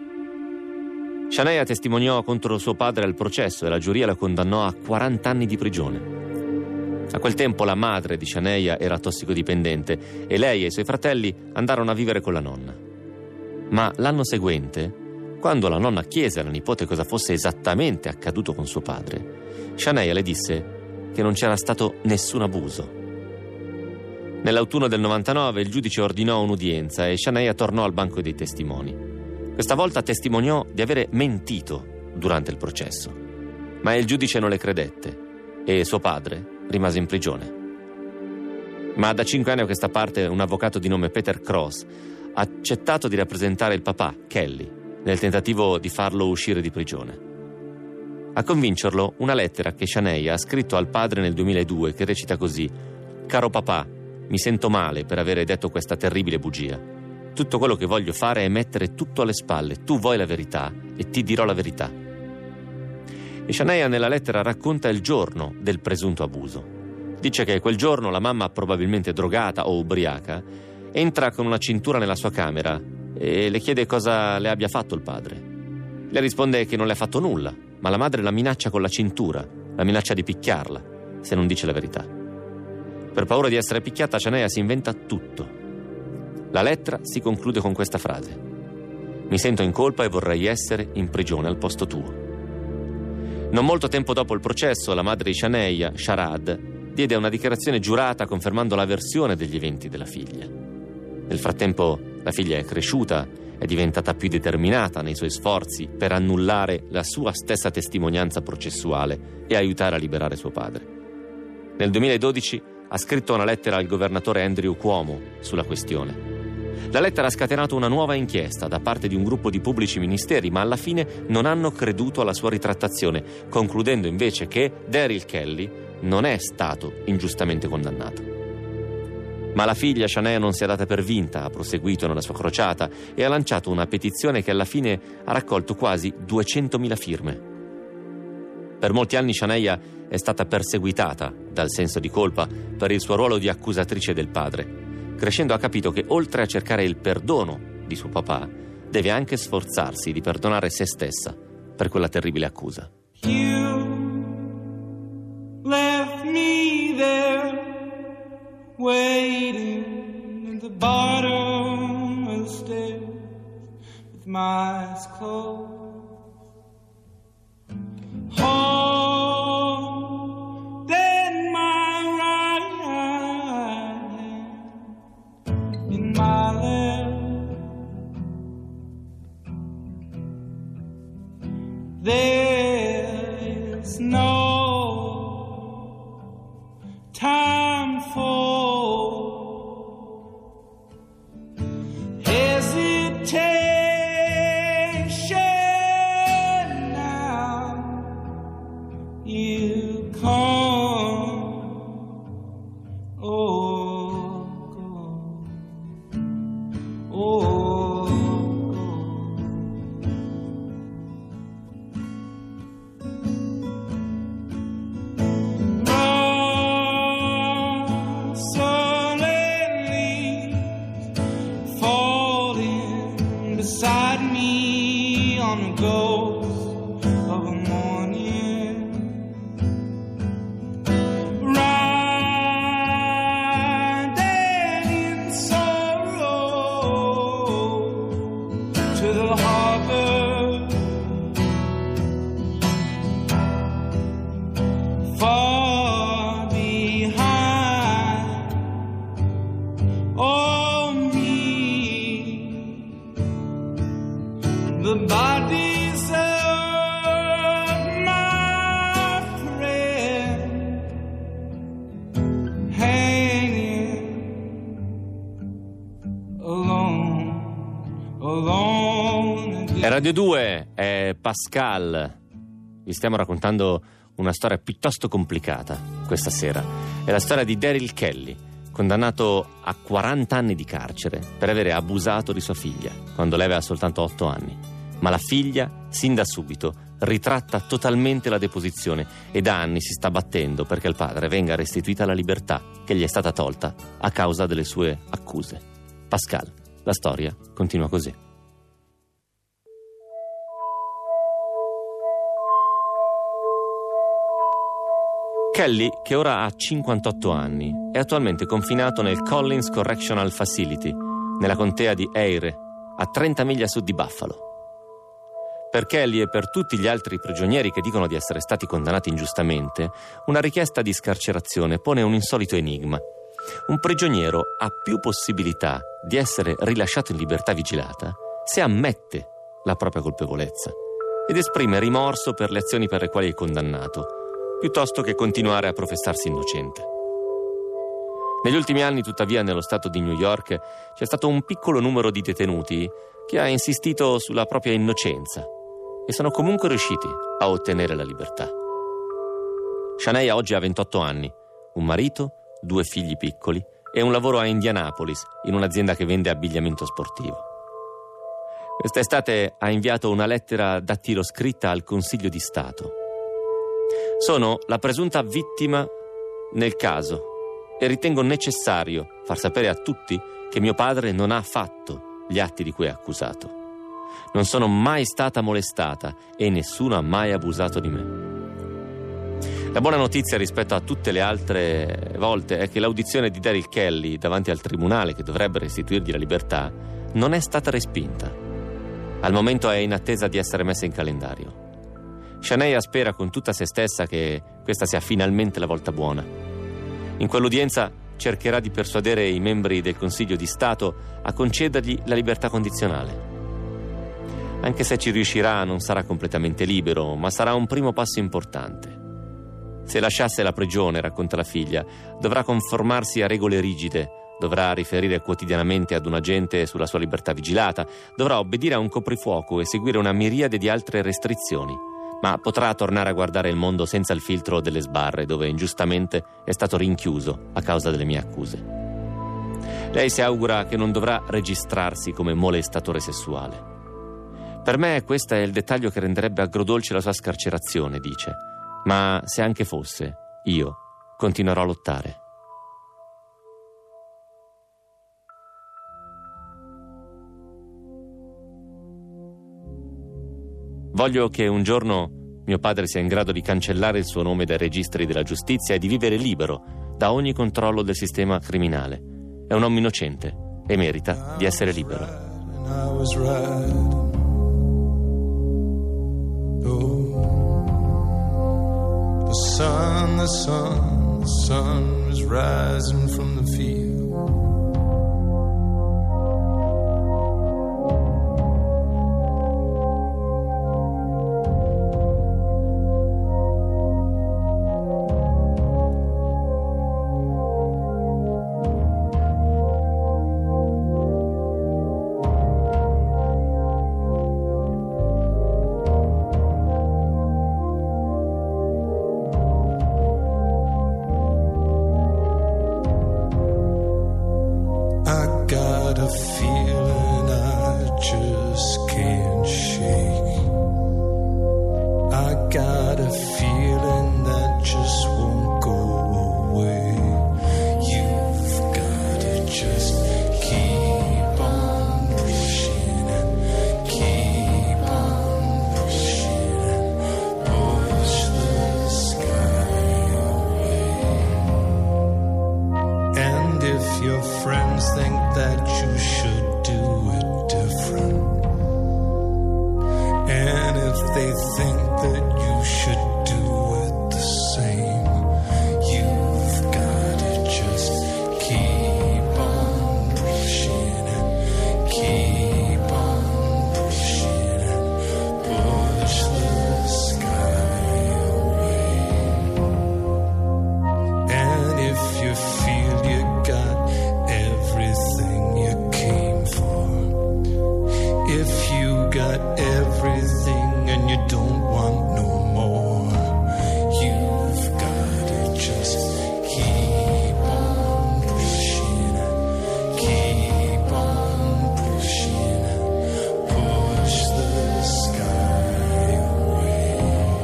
Shania testimoniò contro suo padre al processo e la giuria la condannò a 40 anni di prigione. A quel tempo la madre di Shania era tossicodipendente e lei e i suoi fratelli andarono a vivere con la nonna. Ma l'anno seguente, quando la nonna chiese alla nipote cosa fosse esattamente accaduto con suo padre, Shania le disse che non c'era stato nessun abuso. Nell'autunno del 99 il giudice ordinò un'udienza e Shania tornò al banco dei testimoni. Questa volta testimoniò di avere mentito durante il processo, ma il giudice non le credette e suo padre rimase in prigione. Ma da 5 anni a questa parte un avvocato di nome Peter Cross ha accettato di rappresentare il papà, Kelly, nel tentativo di farlo uscire di prigione. A convincerlo una lettera che Shania ha scritto al padre nel 2002 che recita così: «Caro papà, mi sento male per avere detto questa terribile bugia. Tutto quello che voglio fare è mettere tutto alle spalle. Tu vuoi la verità e ti dirò la verità». E Shania nella lettera racconta il giorno del presunto abuso. Dice che quel giorno la mamma, probabilmente drogata o ubriaca, entra con una cintura nella sua camera e le chiede cosa le abbia fatto il padre. Le risponde che non le ha fatto nulla, ma la madre la minaccia con la cintura, la minaccia di picchiarla se non dice la verità. Per paura di essere picchiata, Shania si inventa tutto. La lettera si conclude con questa frase: «Mi sento in colpa e vorrei essere in prigione al posto tuo». Non molto tempo dopo il processo, la madre di Shania, Sharad, diede una dichiarazione giurata confermando la versione degli eventi della figlia. Nel frattempo la figlia è cresciuta, è diventata più determinata nei suoi sforzi per annullare la sua stessa testimonianza processuale e aiutare a liberare suo padre. Nel 2012 ha scritto una lettera al governatore Andrew Cuomo sulla questione. La lettera ha scatenato una nuova inchiesta da parte di un gruppo di pubblici ministeri, ma alla fine non hanno creduto alla sua ritrattazione, concludendo invece che Daryl Kelly non è stato ingiustamente condannato. Ma la figlia Shania non si è data per vinta, ha proseguito nella sua crociata e ha lanciato una petizione che alla fine ha raccolto quasi 200.000 firme. Per molti anni Shania è stata perseguitata dal senso di colpa per il suo ruolo di accusatrice del padre. Crescendo ha capito che oltre a cercare il perdono di suo papà, deve anche sforzarsi di perdonare se stessa per quella terribile accusa. You left me there, waiting at the bottom of the stairs with my eyes closed. Hold then my right hand in my left. There now you come. Oh, oh, beside me on the ghost of a morning, riding in sorrow to the harbor, far behind. Oh, the bodies of my friend hanging alone again. È Radio 2, è Pascal. Vi stiamo raccontando una storia piuttosto complicata questa sera. È la storia di Daryl Kelly, condannato a 40 anni di carcere per avere abusato di sua figlia quando lei aveva soltanto 8 anni. Ma la figlia, sin da subito, ritratta totalmente la deposizione e da anni si sta battendo perché al padre venga restituita la libertà che gli è stata tolta a causa delle sue accuse. Pascal, la storia continua così. Kelly, che ora ha 58 anni, è attualmente confinato nel Collins Correctional Facility, nella contea di Erie, a 30 miglia a sud di Buffalo. Per Kelly e per tutti gli altri prigionieri che dicono di essere stati condannati ingiustamente, una richiesta di scarcerazione pone un insolito enigma. Un prigioniero ha più possibilità di essere rilasciato in libertà vigilata se ammette la propria colpevolezza ed esprime rimorso per le azioni per le quali è condannato, piuttosto che continuare a professarsi innocente. Negli ultimi anni, tuttavia, nello stato di New York c'è stato un piccolo numero di detenuti che ha insistito sulla propria innocenza e sono comunque riusciti a ottenere la libertà. Shania oggi ha 28 anni, un marito, 2 figli piccoli e un lavoro a Indianapolis in un'azienda che vende abbigliamento sportivo. Quest'estate ha inviato una lettera dattiloscritta al Consiglio di Stato. Sono la presunta vittima nel caso e ritengo necessario far sapere a tutti che mio padre non ha fatto gli atti di cui è accusato. Non sono mai stata molestata e nessuno ha mai abusato di me. La buona notizia rispetto a tutte le altre volte è che l'audizione di Daryl Kelly davanti al tribunale che dovrebbe restituirgli la libertà non è stata respinta. Al momento è in attesa di essere messa in calendario. Shania spera con tutta se stessa che questa sia finalmente la volta buona. In quell'udienza cercherà di persuadere i membri del Consiglio di Stato a concedergli la libertà condizionale. Anche se ci riuscirà, non sarà completamente libero, ma sarà un primo passo importante. Se lasciasse la prigione, racconta la figlia, dovrà conformarsi a regole rigide, dovrà riferire quotidianamente ad un agente sulla sua libertà vigilata, dovrà obbedire a un coprifuoco e seguire una miriade di altre restrizioni, ma potrà tornare a guardare il mondo senza il filtro delle sbarre, dove ingiustamente è stato rinchiuso a causa delle mie accuse. Lei si augura che non dovrà registrarsi come molestatore sessuale. Per me questo è il dettaglio che renderebbe agrodolce la sua scarcerazione, dice. Ma se anche fosse, io continuerò a lottare. Voglio che un giorno mio padre sia in grado di cancellare il suo nome dai registri della giustizia e di vivere libero da ogni controllo del sistema criminale. È un uomo innocente e merita di essere libero. The sun was rising from the field. got a feeling I just can't shake. I got a feeling that just won't go away. You've gotta just keep on pushing and keep on pushing and push the sky away. And if your friends think that you should do it different, and if they think that you should do it the same, you've gotta just keep on pushing and keep on pushing and push the sky away. And if you feel you got everything you came for, if you got everything and you don't want no more, you've gotta just keep on pushing and keep on pushing and push the sky away.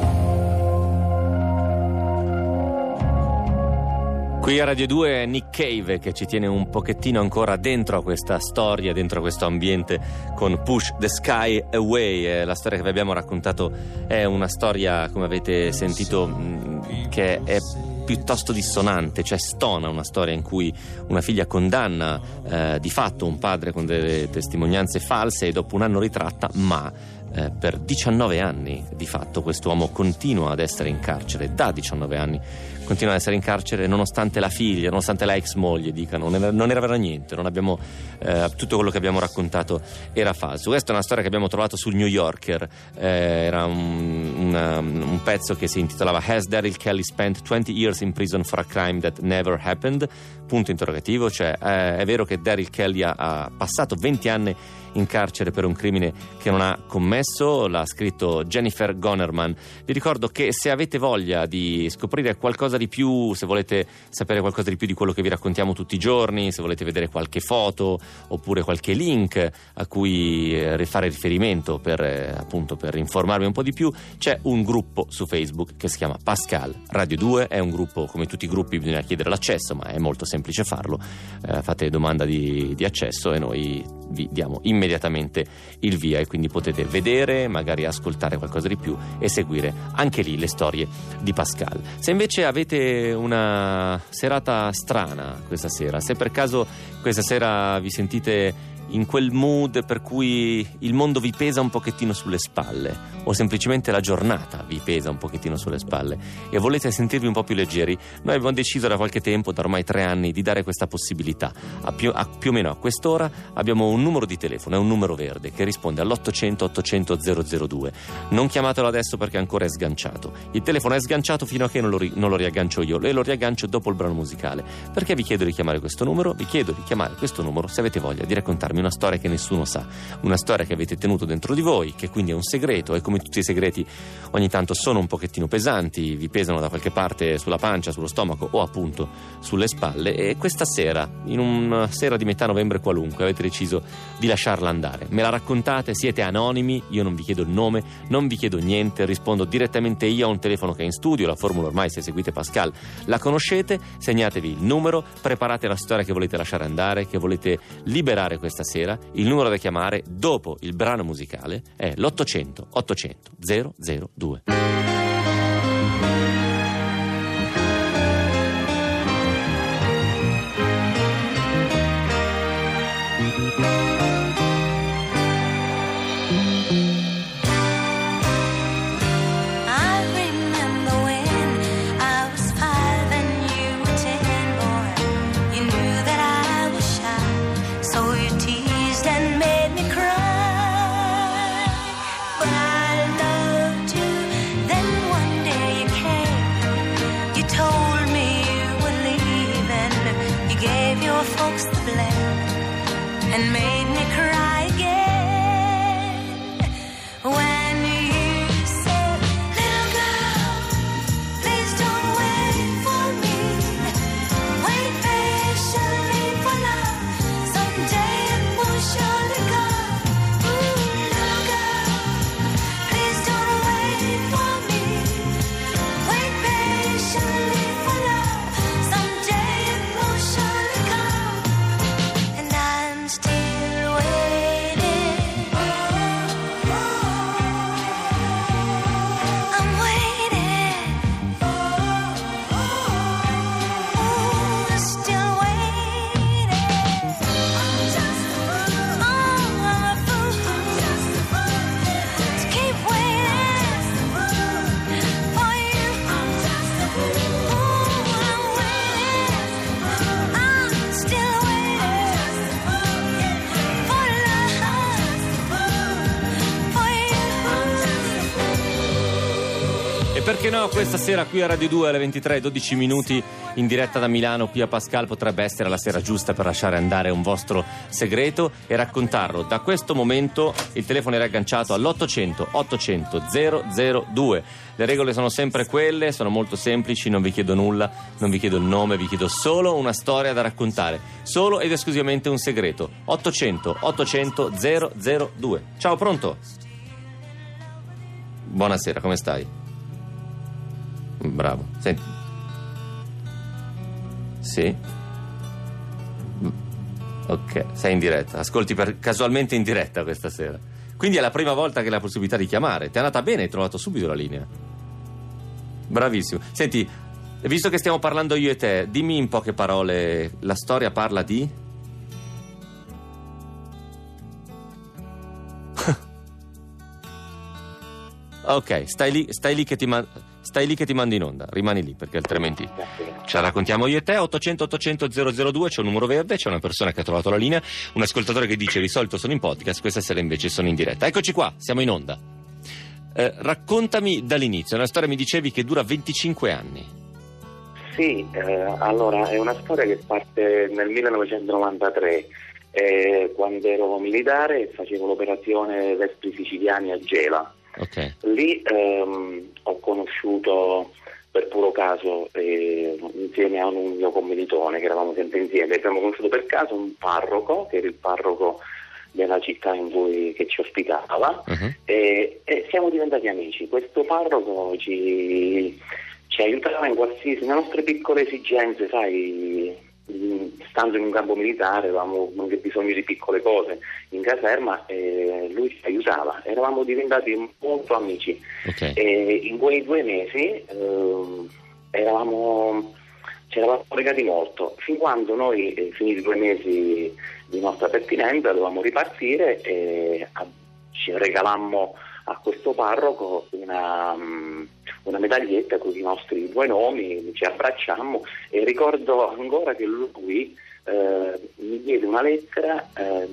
Qui a Radio 2 Nick Cave che ci tiene un pochettino ancora dentro a questa storia, dentro a questo ambiente con Push the Sky Away. La storia che vi abbiamo raccontato è una storia, come avete sentito, che è piuttosto dissonante, cioè stona, una storia in cui una figlia condanna di fatto un padre con delle testimonianze false e dopo un anno ritratta, ma per 19 anni di fatto quest'uomo continua ad essere in carcere, da 19 anni continua ad essere in carcere nonostante la figlia, nonostante la ex moglie dica non era vero niente, non abbiamo tutto quello che abbiamo raccontato era falso. Questa è una storia che abbiamo trovato sul New Yorker, era un pezzo che si intitolava Has Daryl Kelly Spent 20 Years in Prison for a Crime That Never Happened? Punto interrogativo, cioè è vero che Daryl Kelly ha passato 20 anni in carcere per un crimine che non ha commesso, l'ha scritto Jennifer Gonerman. Vi ricordo che se avete voglia di scoprire qualcosa di più, se volete sapere qualcosa di più di quello che vi raccontiamo tutti i giorni, se volete vedere qualche foto oppure qualche link a cui fare riferimento per informarvi un po' di più, c'è un gruppo su Facebook che si chiama Pascal Radio 2, è un gruppo, come tutti i gruppi bisogna chiedere l'accesso, ma è molto semplice farlo, fate domanda di accesso e noi vi diamo immediatamente il via e quindi potete vedere, magari ascoltare qualcosa di più e seguire anche lì le storie di Pascal. Se invece avete una serata strana questa sera, se per caso questa sera vi sentite in quel mood per cui il mondo vi pesa un pochettino sulle spalle o semplicemente la giornata vi pesa un pochettino sulle spalle e volete sentirvi un po' più leggeri, noi abbiamo deciso da qualche tempo, da ormai 3 anni, di dare questa possibilità. Più o meno a quest'ora abbiamo un numero di telefono, è un numero verde che risponde all'800 800 002. Non chiamatelo adesso perché ancora è sganciato, il telefono è sganciato fino a che non lo riaggancio io e lo riaggancio dopo il brano musicale. Perché vi chiedo di chiamare questo numero? Vi chiedo di chiamare questo numero se avete voglia di raccontarmi una storia che nessuno sa, una storia che avete tenuto dentro di voi, che quindi è un segreto e come tutti i segreti ogni tanto sono un pochettino pesanti, vi pesano da qualche parte sulla pancia, sullo stomaco o appunto sulle spalle, e questa sera, in una sera di metà novembre qualunque, avete deciso di lasciarla andare. Me la raccontate, siete anonimi, io non vi chiedo il nome, non vi chiedo niente, rispondo direttamente io a un telefono che è in studio, la formula ormai se seguite Pascal la conoscete, segnatevi il numero, preparate la storia che volete lasciare andare, che volete liberare questa sera. Il numero da chiamare dopo il brano musicale è l'800 800 002. Folks the blame and made me cry again when you said, little girl, please don't wait for me, wait patiently for love someday. perché no, questa sera qui a Radio 2 alle 23, 12 minuti in diretta da Milano, Pia Pascal potrebbe essere la sera giusta per lasciare andare un vostro segreto e raccontarlo. Da questo momento il telefono è agganciato all'800 800 002. Le regole sono sempre quelle, sono molto semplici, non vi chiedo nulla, non vi chiedo il nome, vi chiedo solo una storia da raccontare, solo ed esclusivamente un segreto. 800 800 002. Ciao, pronto? Buonasera, come stai? Bravo, senti. Sì? Ok, sei in diretta, ascolti casualmente in diretta questa sera. Quindi è la prima volta che hai la possibilità di chiamare. Ti è andata bene, hai trovato subito la linea. Bravissimo. Senti, visto che stiamo parlando io e te, dimmi in poche parole, la storia parla di? Ok, stai lì che ti mando in onda, rimani lì perché altrimenti ce la raccontiamo io e te. 800 800 002, c'è un numero verde, c'è una persona che ha trovato la linea, un ascoltatore che dice di solito sono in podcast, questa sera invece sono in diretta. Eccoci qua, siamo in onda. Raccontami dall'inizio, una storia mi dicevi che dura 25 anni. Sì, allora è una storia che parte nel 1993. Quando ero militare facevo l'operazione Vespri Siciliani a Gela. Okay. Lì ho conosciuto per puro caso, insieme a un mio commilitone che eravamo sempre insieme, abbiamo conosciuto per caso un parroco che era il parroco della città che ci ospitava. Uh-huh. E siamo diventati amici. Questo parroco ci aiutava in qualsiasi, nelle nostre piccole esigenze, sai. Stando in un campo militare avevamo anche bisogno di piccole cose in caserma e lui ci aiutava, eravamo diventati molto amici. Okay. E in quei 2 mesi ci eravamo legati molto, fin quando noi finiti 2 mesi di nostra pertinenza dovevamo ripartire e ci regalammo a questo parroco una medaglietta con i nostri 2 nomi, ci abbracciammo e ricordo ancora che lui mi diede una lettera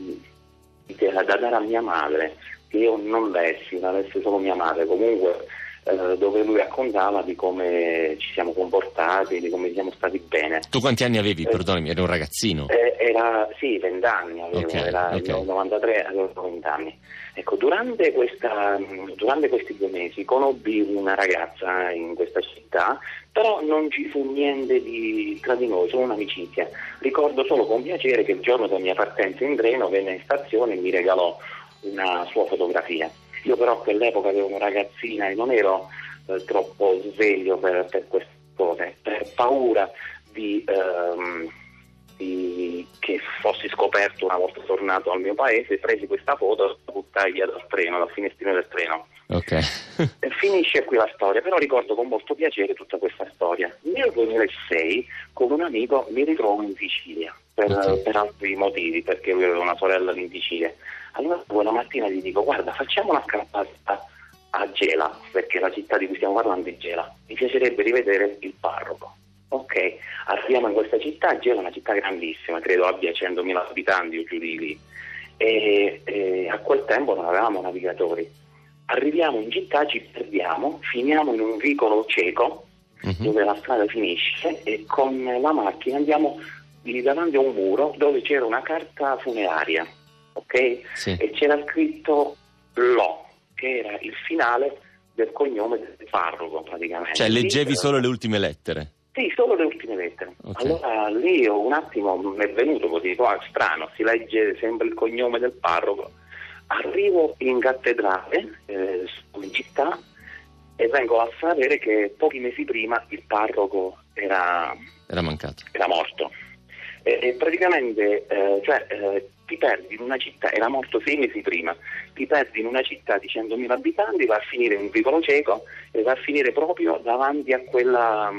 da dare a mia madre, che io non lessi, la lesse solo mia madre, comunque dove lui raccontava di come ci siamo comportati, di come siamo stati bene. Tu quanti anni avevi? Perdonami, eri un ragazzino? Era 20 anni avevo, Okay. Nel 93 avevo 20 anni. Ecco, durante questi 2 mesi conobbi una ragazza in questa città, però non ci fu niente tra di noi, solo un'amicizia. Ricordo solo con piacere che il giorno della mia partenza in treno venne in stazione e mi regalò una sua fotografia. Io però a quell'epoca avevo una ragazzina e non ero troppo sveglio per queste cose, per paura che fossi scoperto una volta tornato al mio paese, presi questa foto e la buttai via dal finestrino del treno. Ok. E finisce qui la storia, però ricordo con molto piacere tutta questa storia. Nel 2006 con un amico mi ritrovo in Sicilia per altri motivi, perché avevo una sorella lì in Sicilia. Allora quella mattina gli dico: guarda, facciamo una scappata a Gela, perché la città di cui stiamo parlando è Gela, mi piacerebbe rivedere il parroco. Ok, arriviamo in questa città, Gela è una città grandissima, credo abbia 100.000 abitanti o giù di lì, e a quel tempo non avevamo navigatori. Arriviamo in città, ci perdiamo, finiamo in un vicolo cieco, dove la strada finisce, e con la macchina andiamo lì davanti a un muro dove c'era una carta funeraria, ok? Sì. E c'era scritto Lo, che era il finale del cognome del parroco praticamente. Cioè leggevi solo le ultime lettere? Sì, solo le ultime lettere. Okay. Allora lì un attimo mi è venuto così, strano, si legge sempre il cognome del parroco. Arrivo in cattedrale, in città, e vengo a sapere che pochi mesi prima il parroco era mancato. Era morto. E praticamente ti perdi in una città, era morto 6 mesi prima, ti perdi in una città di 100.000 abitanti, va a finire in un vicolo cieco e va a finire proprio davanti a quella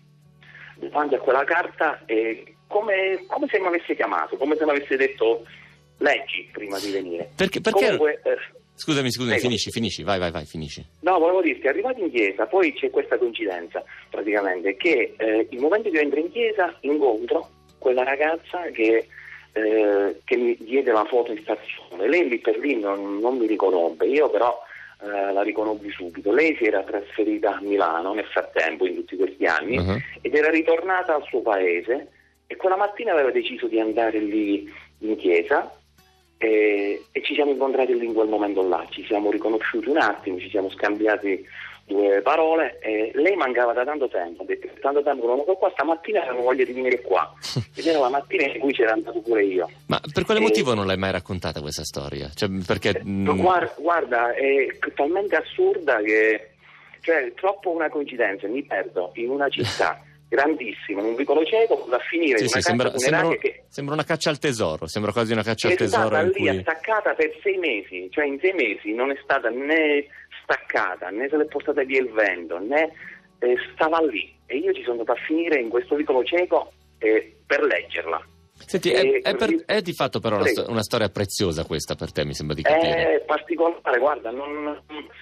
carta, come se mi avesse chiamato, come se mi avesse detto leggi prima di venire. Perché comunque, scusami, finisci, vai, finisci. No, volevo dirti, arrivati in chiesa, poi c'è questa coincidenza, praticamente, che il momento che io entro in chiesa incontro quella ragazza che mi diede la foto in stazione. Lei lì per lì non mi riconobbe, io però la riconobbi subito. Lei si era trasferita a Milano nel frattempo, in tutti questi anni, ed era ritornata al suo paese, e quella mattina aveva deciso di andare lì in chiesa, e ci siamo incontrati lì in quel momento là. Ci siamo riconosciuti un attimo, ci siamo scambiati 2 parole, e lei mancava da tanto tempo. Ha detto: tanto tempo non ero qua, stamattina avevo voglia di venire qua. Ed era la mattina in cui c'era andato pure io. Ma per quale motivo non l'hai mai raccontata questa storia? Cioè, perché guarda, è talmente assurda che, cioè, troppo una coincidenza. Mi perdo in una città grandissima, in un vicolo cieco, da finire in una casa funeraria sembra una caccia al tesoro, sembra quasi una caccia al tesoro. È stata lì attaccata per 6 mesi, cioè in 6 mesi non è stata né staccata, né se l'è portata via il vento, né stava lì, e io ci sono andato a finire in questo vicolo cieco per leggerla. Senti, è di fatto però una storia preziosa questa per te, mi sembra di capire. È particolare, guarda, non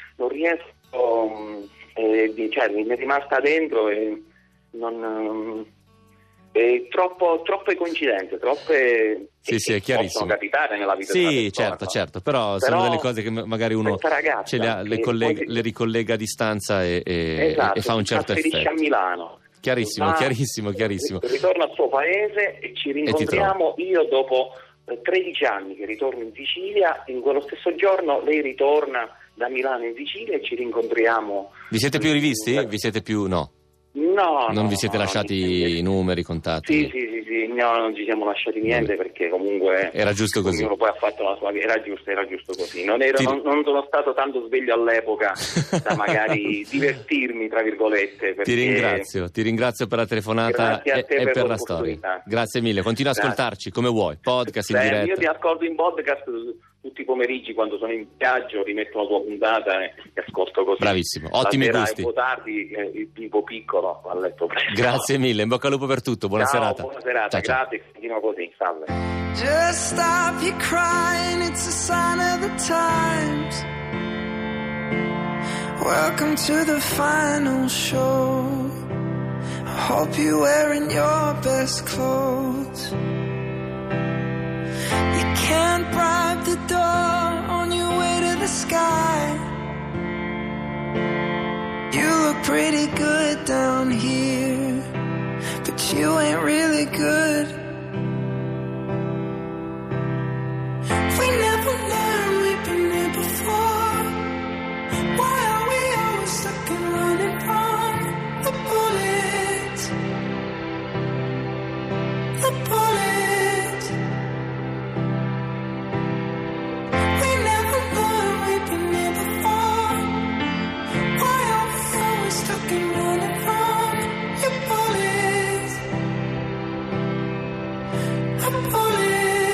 riesco, cioè mi è rimasta dentro e non... troppe coincidenze, troppe sì, è chiarissimo, possono capitare nella vita. Sì, certo, però sono delle cose che magari uno le ricollega a distanza e fa un certo effetto. A Milano. Chiarissimo. Ritorna al suo paese e ci rincontriamo. Io dopo 13 anni che ritorno in Sicilia, in quello stesso giorno lei ritorna da Milano in Sicilia e ci rincontriamo. Vi siete più rivisti? Vi siete più... No. Non vi siete lasciati i numeri, contatti? Sì, no, non ci siamo lasciati niente, perché comunque era giusto così. Ognuno poi ha fatto la sua, era giusto così. Non sono stato tanto sveglio all'epoca da magari divertirmi, tra virgolette. Ti ringrazio per la telefonata e per la storia. Grazie mille, continua a ascoltarci come vuoi, podcast in diretta. Io ti ascolto in podcast tutti i pomeriggi quando sono in viaggio, rimetto la tua puntata e ascolto così. Bravissimo, ottimi gusti. È un po' tardi, il tipo piccolo a letto presto. Grazie mille, in bocca al lupo per tutto, buona serata. Buona serata, ciao. Grazie, continua così, salve. Just stop your crying, it's a sign of the times. Welcome to the final show. I hope you're wearing your best clothes. You can't bribe the door on your way to the sky. You look pretty good down here, but you ain't really good. We never learned, we've been here before. Why are we always stuck and running from the bullets? The bullets. We never learned, we've been here before. Why are we always stuck and running from your bullets? The bullets.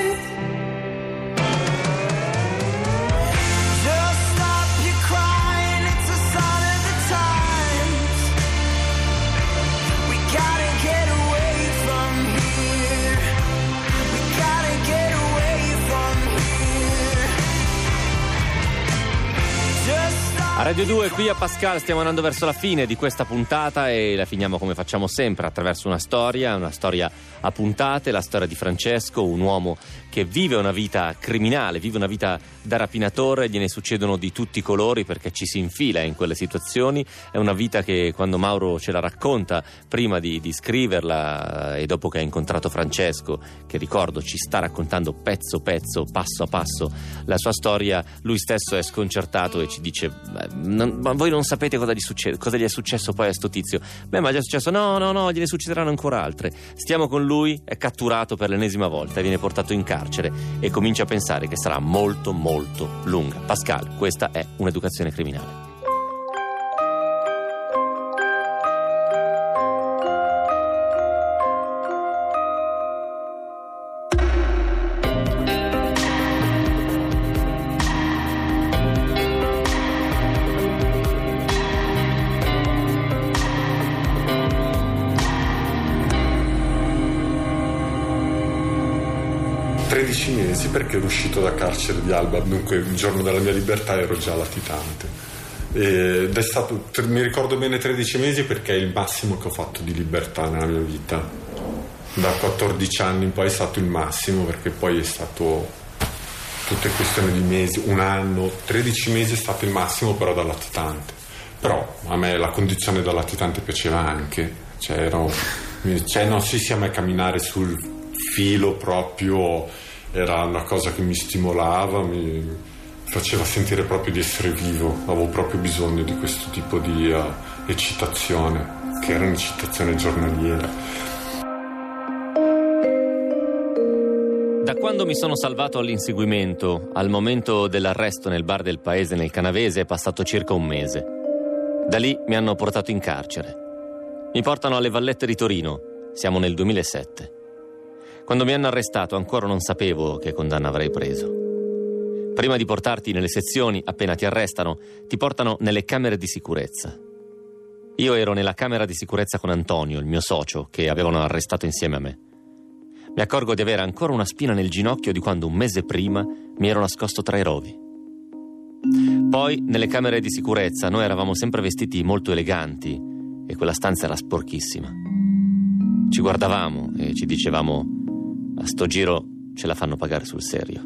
A Radio 2, qui a Pascal, stiamo andando verso la fine di questa puntata e la finiamo come facciamo sempre, attraverso una storia a puntate, la storia di Francesco, un uomo che vive una vita criminale, vive una vita da rapinatore, gliene succedono di tutti i colori perché ci si infila in quelle situazioni. È una vita che, quando Mauro ce la racconta, prima di scriverla e dopo che ha incontrato Francesco, che ricordo ci sta raccontando pezzo passo a passo la sua storia, lui stesso è sconcertato e ci dice: ma voi non sapete cosa gli è successo poi a sto tizio. Ma gli è successo? No, gliene succederanno ancora altre. Stiamo con lui, è catturato per l'ennesima volta, viene portato in carcere e comincia a pensare che sarà molto lunga. Pascal, questa è un'educazione criminale. Mesi perché ero uscito da carcere di Alba, dunque il giorno della mia libertà ero già latitante ed è stato, mi ricordo bene, 13 mesi perché è il massimo che ho fatto di libertà nella mia vita. Da 14 anni in poi è stato il massimo, perché poi è stato tutte questioni di mesi, un anno, 13 mesi è stato il massimo però da latitante. Però a me la condizione da latitante piaceva anche, non si sia mai camminare sul filo proprio, era una cosa che mi stimolava, mi faceva sentire proprio di essere vivo, avevo proprio bisogno di questo tipo di eccitazione, che era un'eccitazione giornaliera. Da quando mi sono salvato all'inseguimento al momento dell'arresto nel bar del paese nel Canavese è passato circa un mese. Da lì mi hanno portato in carcere. Mi portano alle Vallette di Torino. Siamo nel 2007. Quando mi hanno arrestato ancora non sapevo che condanna avrei preso. Prima di portarti nelle sezioni, appena ti arrestano, ti portano nelle camere di sicurezza. Io ero nella camera di sicurezza con Antonio, il mio socio, che avevano arrestato insieme a me. Mi accorgo di avere ancora una spina nel ginocchio di quando un mese prima mi ero nascosto tra i rovi. Poi, nelle camere di sicurezza, noi eravamo sempre vestiti molto eleganti e quella stanza era sporchissima. Ci guardavamo e ci dicevamo: a sto giro ce la fanno pagare sul serio.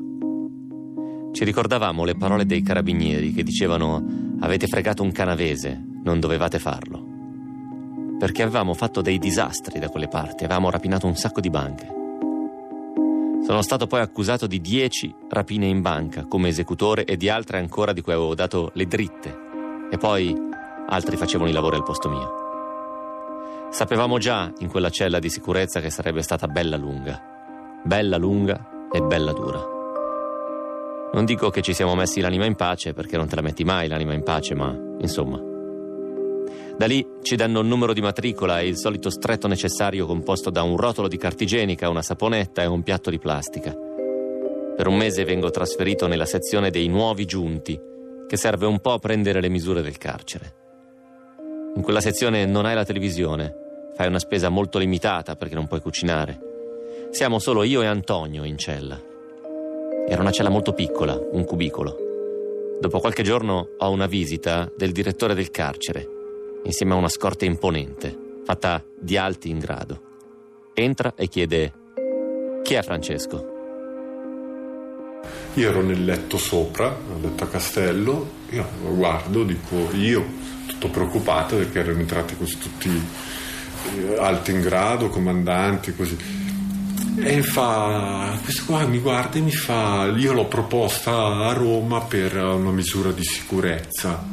Ci ricordavamo le parole dei carabinieri che dicevano: avete fregato un canavese, non dovevate farlo. Perché avevamo fatto dei disastri da quelle parti, avevamo rapinato un sacco di banche. Sono stato poi accusato di 10 rapine in banca come esecutore e di altre ancora di cui avevo dato le dritte. E poi altri facevano i lavori al posto mio. Sapevamo già in quella cella di sicurezza che sarebbe stata bella lunga e bella dura. Non dico che ci siamo messi l'anima in pace, perché non te la metti mai l'anima in pace, ma insomma. Da lì ci danno il numero di matricola e il solito stretto necessario composto da un rotolo di carta igienica, una saponetta e un piatto di plastica. Per un mese vengo trasferito nella sezione dei nuovi giunti, che serve un po' a prendere le misure del carcere. In quella sezione non hai la televisione, fai una spesa molto limitata perché non puoi cucinare. Siamo solo io e Antonio in cella. Era una cella molto piccola, un cubicolo. Dopo qualche giorno ho una visita del direttore del carcere, insieme a una scorta imponente, fatta di alti in grado. Entra e chiede: chi è Francesco? Io ero nel letto sopra, nel letto a castello, io lo guardo, dico io, tutto preoccupato perché erano entrati questi tutti alti in grado, comandanti, così. E questo qua mi guarda e mi fa: io l'ho proposta a Roma per una misura di sicurezza.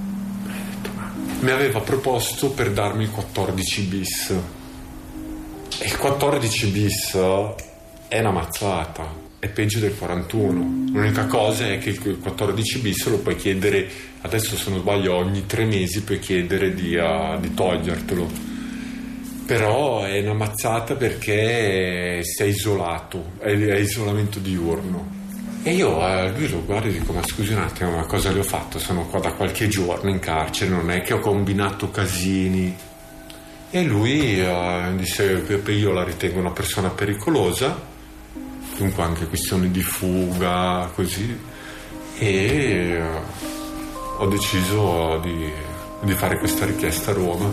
Mi aveva proposto per darmi il 14 bis. E il 14 bis è una mazzata, è peggio del 41. L'unica cosa è che il 14 bis lo puoi chiedere, adesso se non sbaglio ogni 3 mesi puoi chiedere di togliertelo. Però è una mazzata perché sei isolato, è isolamento diurno. E io lui lo guardo e dico: ma scusi un attimo, ma cosa le ho fatto? Sono qua da qualche giorno in carcere, non è che ho combinato casini. E lui disse: io la ritengo una persona pericolosa, dunque anche questioni di fuga, così. E ho deciso di fare questa richiesta a Roma.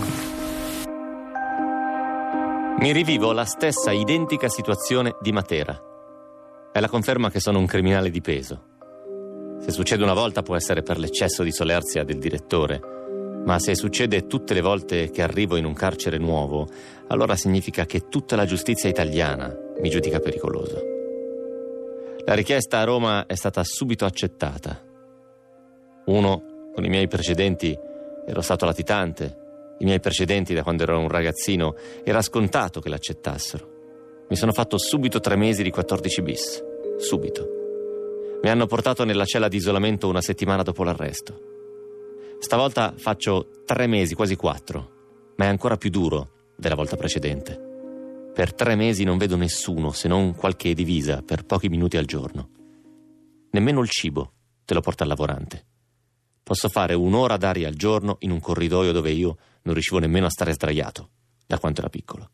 Mi rivivo la stessa identica situazione di Matera. È la conferma che sono un criminale di peso. Se succede una volta può essere per l'eccesso di solerzia del direttore, ma se succede tutte le volte che arrivo in un carcere nuovo, allora significa che tutta la giustizia italiana mi giudica pericoloso. La richiesta a Roma è stata subito accettata. Con i miei precedenti ero stato latitante, i miei precedenti da quando ero un ragazzino, era scontato che l'accettassero. Mi sono fatto subito 3 mesi di 14 bis. Subito. Mi hanno portato nella cella di isolamento una settimana dopo l'arresto. Stavolta faccio 3 mesi, quasi 4, ma è ancora più duro della volta precedente. Per 3 mesi non vedo nessuno se non qualche divisa per pochi minuti al giorno. Nemmeno il cibo te lo porta il lavorante. Posso fare 1 ora d'aria al giorno in un corridoio dove io non riuscivo nemmeno a stare sdraiato, da quanto era piccolo.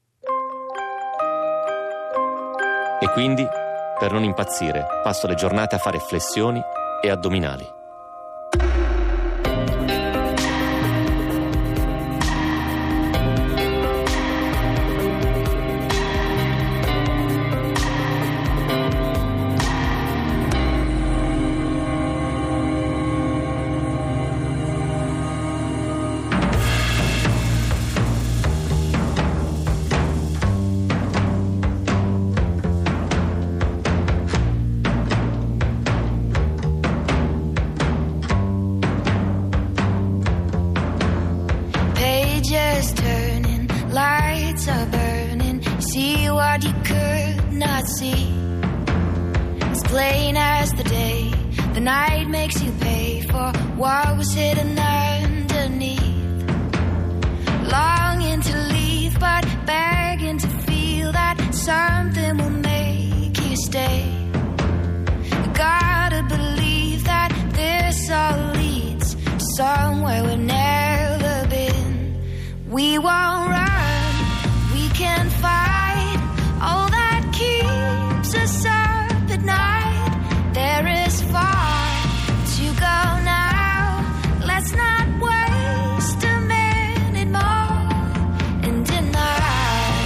E quindi, per non impazzire, passo le giornate a fare flessioni e addominali. plain as the day. The night makes you pay for what was hidden underneath. Longing to leave, but begging to feel that something will make you stay. You gotta believe that this all leads to somewhere we've never been. We won't run, we can fight. All that keeps us up at night. There is far to go now. Let's not waste a minute more and deny.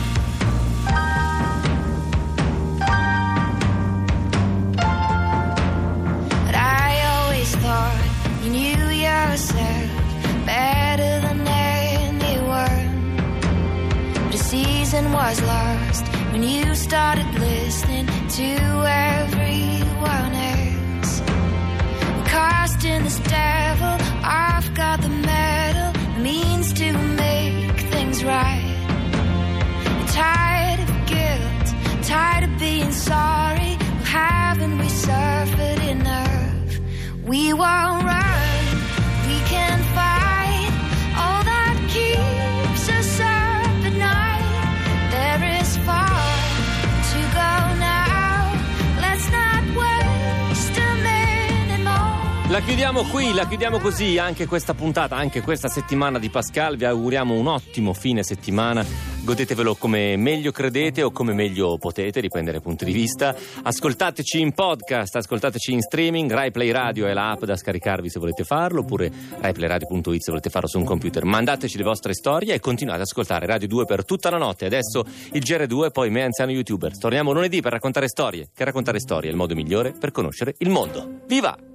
But I always thought you knew yourself better than anyone. But a season was lost when you started listening to everyone else. Casting this devil, I've got the metal, the means to make things right. I'm tired of guilt, tired of being sorry. Well, haven't we suffered enough? We won't run, we can fight. All that keeps us up at night. There is far to go now. Let's not waste a minute more. La chiudiamo qui, la chiudiamo così anche questa puntata, anche questa settimana di Pascal. Vi auguriamo un ottimo fine settimana. Godetevelo come meglio credete o come meglio potete, dipende dai punti di vista. Ascoltateci in podcast, ascoltateci in streaming. Rai Play Radio è l'app da scaricarvi se volete farlo, oppure raiplayradio.it se volete farlo su un computer. Mandateci le vostre storie e continuate ad ascoltare Radio 2 per tutta la notte. Adesso il GR2, poi Me Anziano YouTuber. Torniamo lunedì per raccontare storie, che raccontare storie è il modo migliore per conoscere il mondo. Viva!